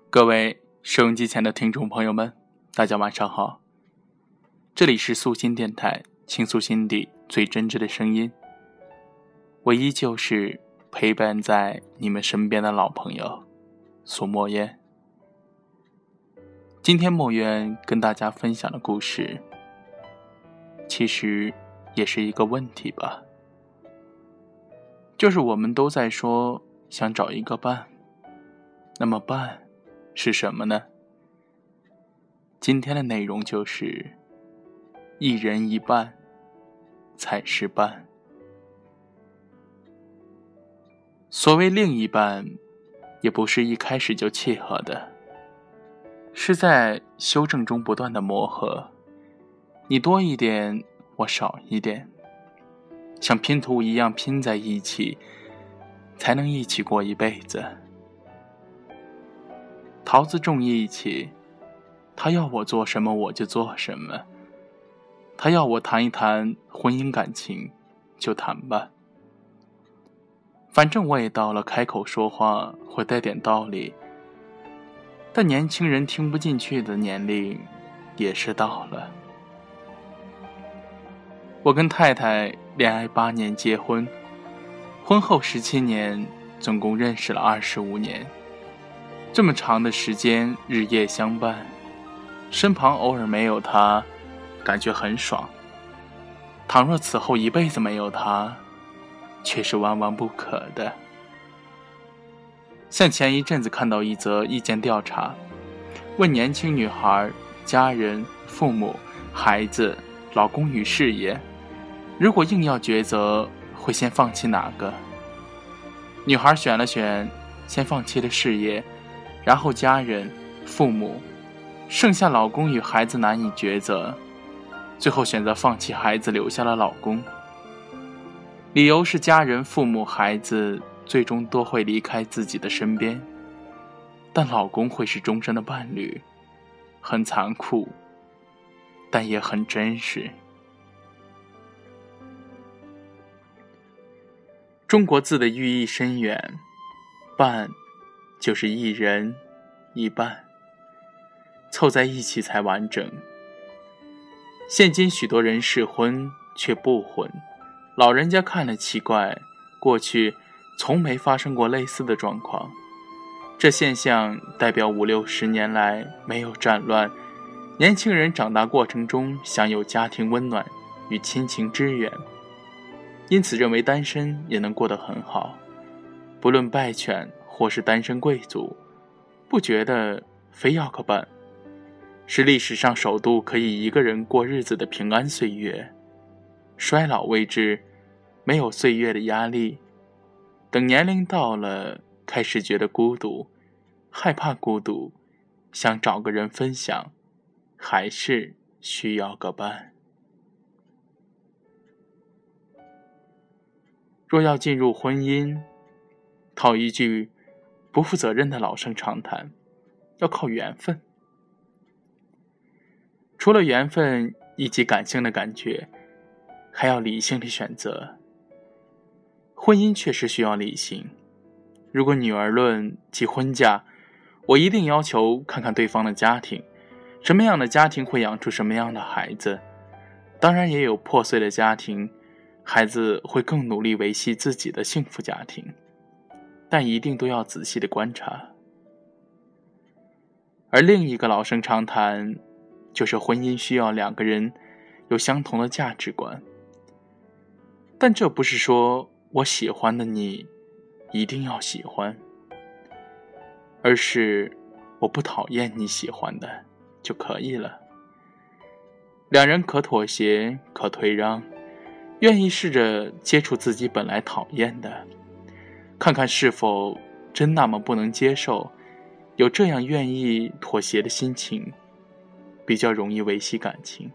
各位收音机前的听众朋友们，大家晚上好，这里是素心电台，倾诉心底最真挚的声音，我依旧是陪伴在你们身边的老朋友苏墨烟。今天墨渊跟大家分享的故事，其实也是一个问题吧，就是我们都在说想找一个伴，那么伴是什么呢？今天的内容就是一人一半才是伴。所谓另一半，也不是一开始就契合的，是在修正中不断的磨合，你多一点，我少一点，像拼图一样拼在一起，才能一起过一辈子。桃子种义气，他要我做什么我就做什么，他要我谈一谈婚姻感情就谈吧，反正我也到了开口说话会带点道理，但年轻人听不进去的年龄也是到了。我跟太太恋爱8年结婚，婚后17年，总共认识了25年，这么长的时间日夜相伴，身旁偶尔没有他，感觉很爽。倘若此后一辈子没有他，却是万万不可的。像前一阵子看到一则意见调查，问年轻女孩、家人、父母、孩子、老公与事业，如果硬要抉择，会先放弃哪个？女孩选了选，先放弃了事业，然后家人、父母，剩下老公与孩子难以抉择，最后选择放弃孩子，留下了老公。理由是家人、父母、孩子最终都会离开自己的身边，但老公会是终身的伴侣，很残酷，但也很真实。中国字的寓意深远，伴就是一人一半，凑在一起才完整。现今许多人适婚却不婚，老人家看了奇怪，过去从没发生过类似的状况。这现象代表50、60年来没有战乱，年轻人长大过程中享有家庭温暖与亲情支援，因此认为单身也能过得很好，不论败犬或是单身贵族，不觉得非要个伴，是历史上首度可以一个人过日子的平安岁月。衰老未至，没有岁月的压力，等年龄到了，开始觉得孤独，害怕孤独，想找个人分享，还是需要个伴。若要进入婚姻，套一句不负责任的老生常谈，要靠缘分。除了缘分以及感性的感觉，还要理性的选择。婚姻确实需要理性，如果女儿论及婚嫁，我一定要求看看对方的家庭，什么样的家庭会养出什么样的孩子。当然也有破碎的家庭，孩子会更努力维系自己的幸福家庭，但一定都要仔细的观察。而另一个老生常谈，就是婚姻需要2个人有相同的价值观。但这不是说我喜欢的你一定要喜欢，而是我不讨厌你喜欢的就可以了。2人可妥协，可退让，愿意试着接触自己本来讨厌的，看看是否真那么不能接受，有这样愿意妥协的心情，比较容易维系感情。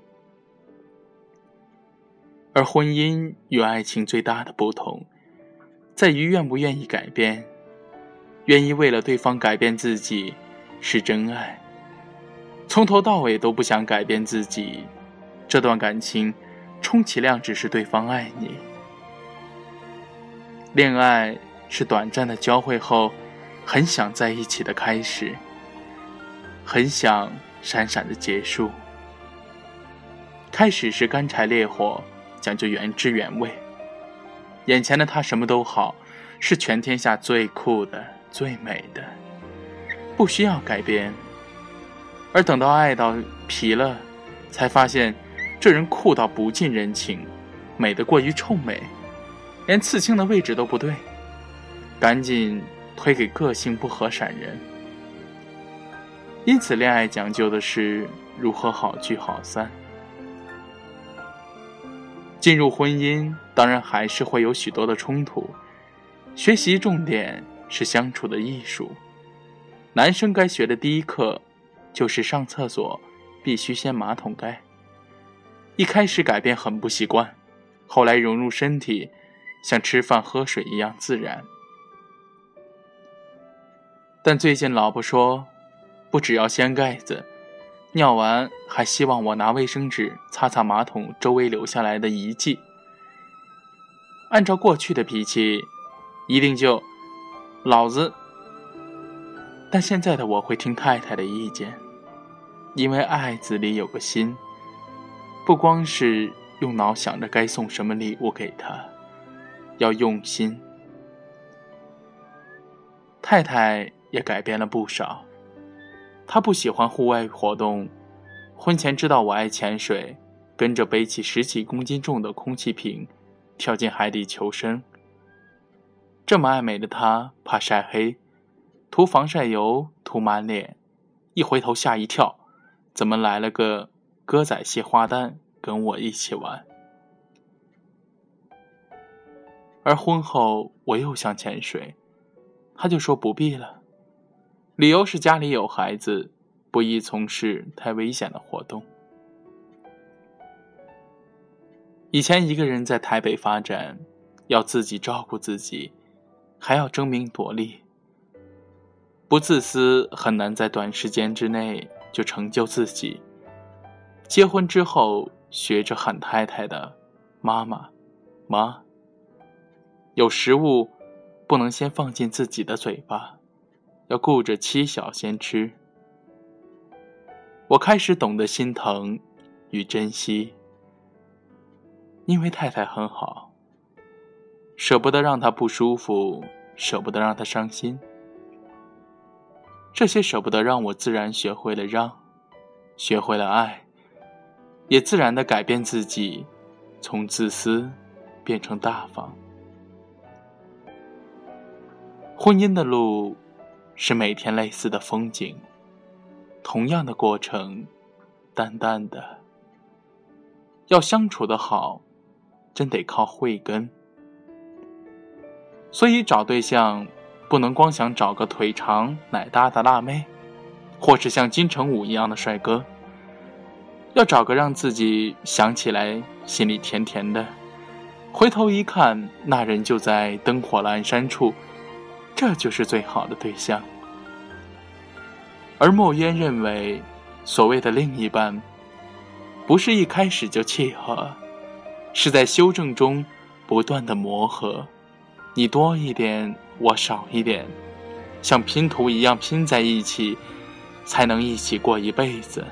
而婚姻与爱情最大的不同，在于愿不愿意改变，愿意为了对方改变自己，是真爱。从头到尾都不想改变自己，这段感情充其量只是对方爱你。恋爱是短暂的交汇后很想在一起的开始， 很想闪闪的结束。开始是干柴烈火，讲究原汁原味，眼前的他什么都好，是全天下最酷的最美的，不需要改变。而等到爱到疲了，才发现这人酷到不近人情，美得过于臭美，连刺青的位置都不对，赶紧推给个性不合闪人。因此恋爱讲究的是如何好聚好散。进入婚姻当然还是会有许多的冲突，学习重点是相处的艺术。男生该学的第一课就是上厕所必须掀马桶盖。一开始改变很不习惯，后来融入身体，像吃饭喝水一样自然。但最近老婆说，不只要掀盖子，尿完还希望我拿卫生纸擦擦马桶周围留下来的遗迹。按照过去的脾气，一定就老子。但现在的我会听太太的意见，因为爱字里有个心，不光是用脑想着该送什么礼物给她，要用心。太太也改变了不少，她不喜欢户外活动，婚前知道我爱潜水，跟着背起10几公斤重的空气瓶跳进海底求生。这么爱美的她怕晒黑，涂防晒油涂满脸，一回头吓一跳，怎么来了个歌仔戏花旦跟我一起玩。而婚后我又想潜水，他就说不必了，理由是家里有孩子，不宜从事太危险的活动。以前一个人在台北发展，要自己照顾自己，还要争名夺利，不自私很难在短时间之内就成就自己。结婚之后学着喊太太的妈妈妈，有食物不能先放进自己的嘴巴，要顾着妻小先吃。我开始懂得心疼与珍惜，因为太太很好，舍不得让她不舒服，舍不得让她伤心。这些舍不得让我自然学会了让，学会了爱，也自然地改变自己，从自私变成大方。婚姻的路是每天类似的风景，同样的过程，淡淡的。要相处得好，真得靠慧根。所以找对象不能光想找个腿长奶大的辣妹，或是像金城武一样的帅哥，要找个让自己想起来心里甜甜的，回头一看，那人就在灯火阑珊处，这就是最好的对象。而墨渊认为，所谓的另一半，不是一开始就契合，是在修正中不断的磨合，你多一点，我少一点，像拼图一样拼在一起，才能一起过一辈子。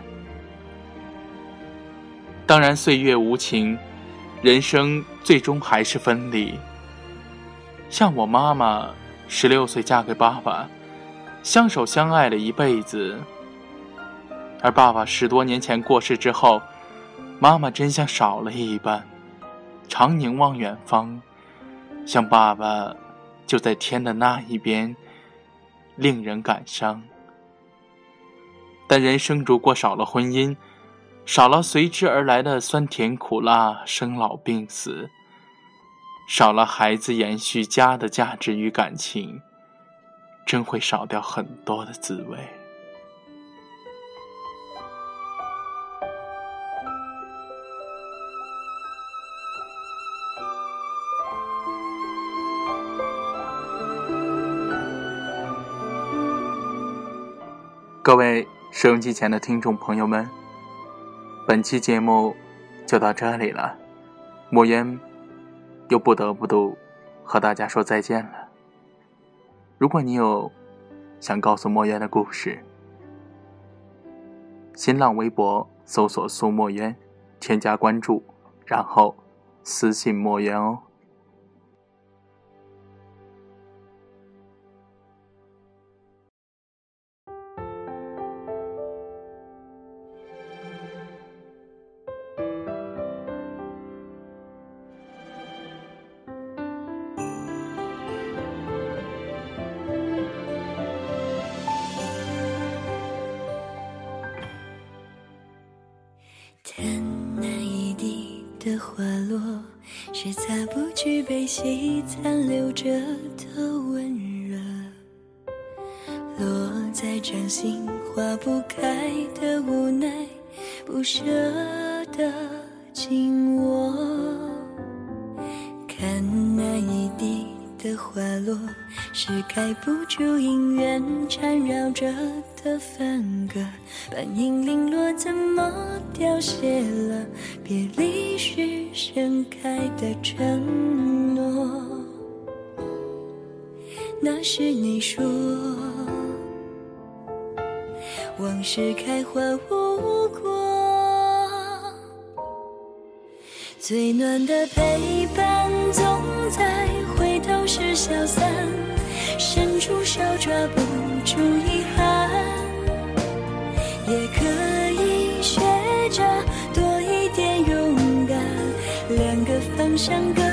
当然岁月无情，人生最终还是分离。像我妈妈16岁嫁给爸爸，相守相爱了一辈子，而爸爸10多年前过世之后，妈妈真像少了一半，常凝望远方，像爸爸就在天的那一边，令人感伤。但人生如果少了婚姻，少了随之而来的酸甜苦辣、生老病死，少了孩子延续家的价值与感情，真会少掉很多的滋味。各位收音机前的听众朋友们，本期节目就到这里了，墨渊又不得不和大家说再见了。如果你有想告诉墨渊的故事， 新浪微博搜索苏墨渊，添加关注，然后私信墨渊哦。 天南一地的花落，是擦不去悲喜残留着的温热，落在掌心化不开的无奈，不舍得紧握。看那一地的花落，是盖不住姻缘缠绕着的分割，半影零落，怎么凋谢了别离时盛开的承诺？那是你说往事开花无果，最暖的陪伴总在回头时消散，伸出手抓不住遗憾，也可以学着多一点勇敢，两个方向各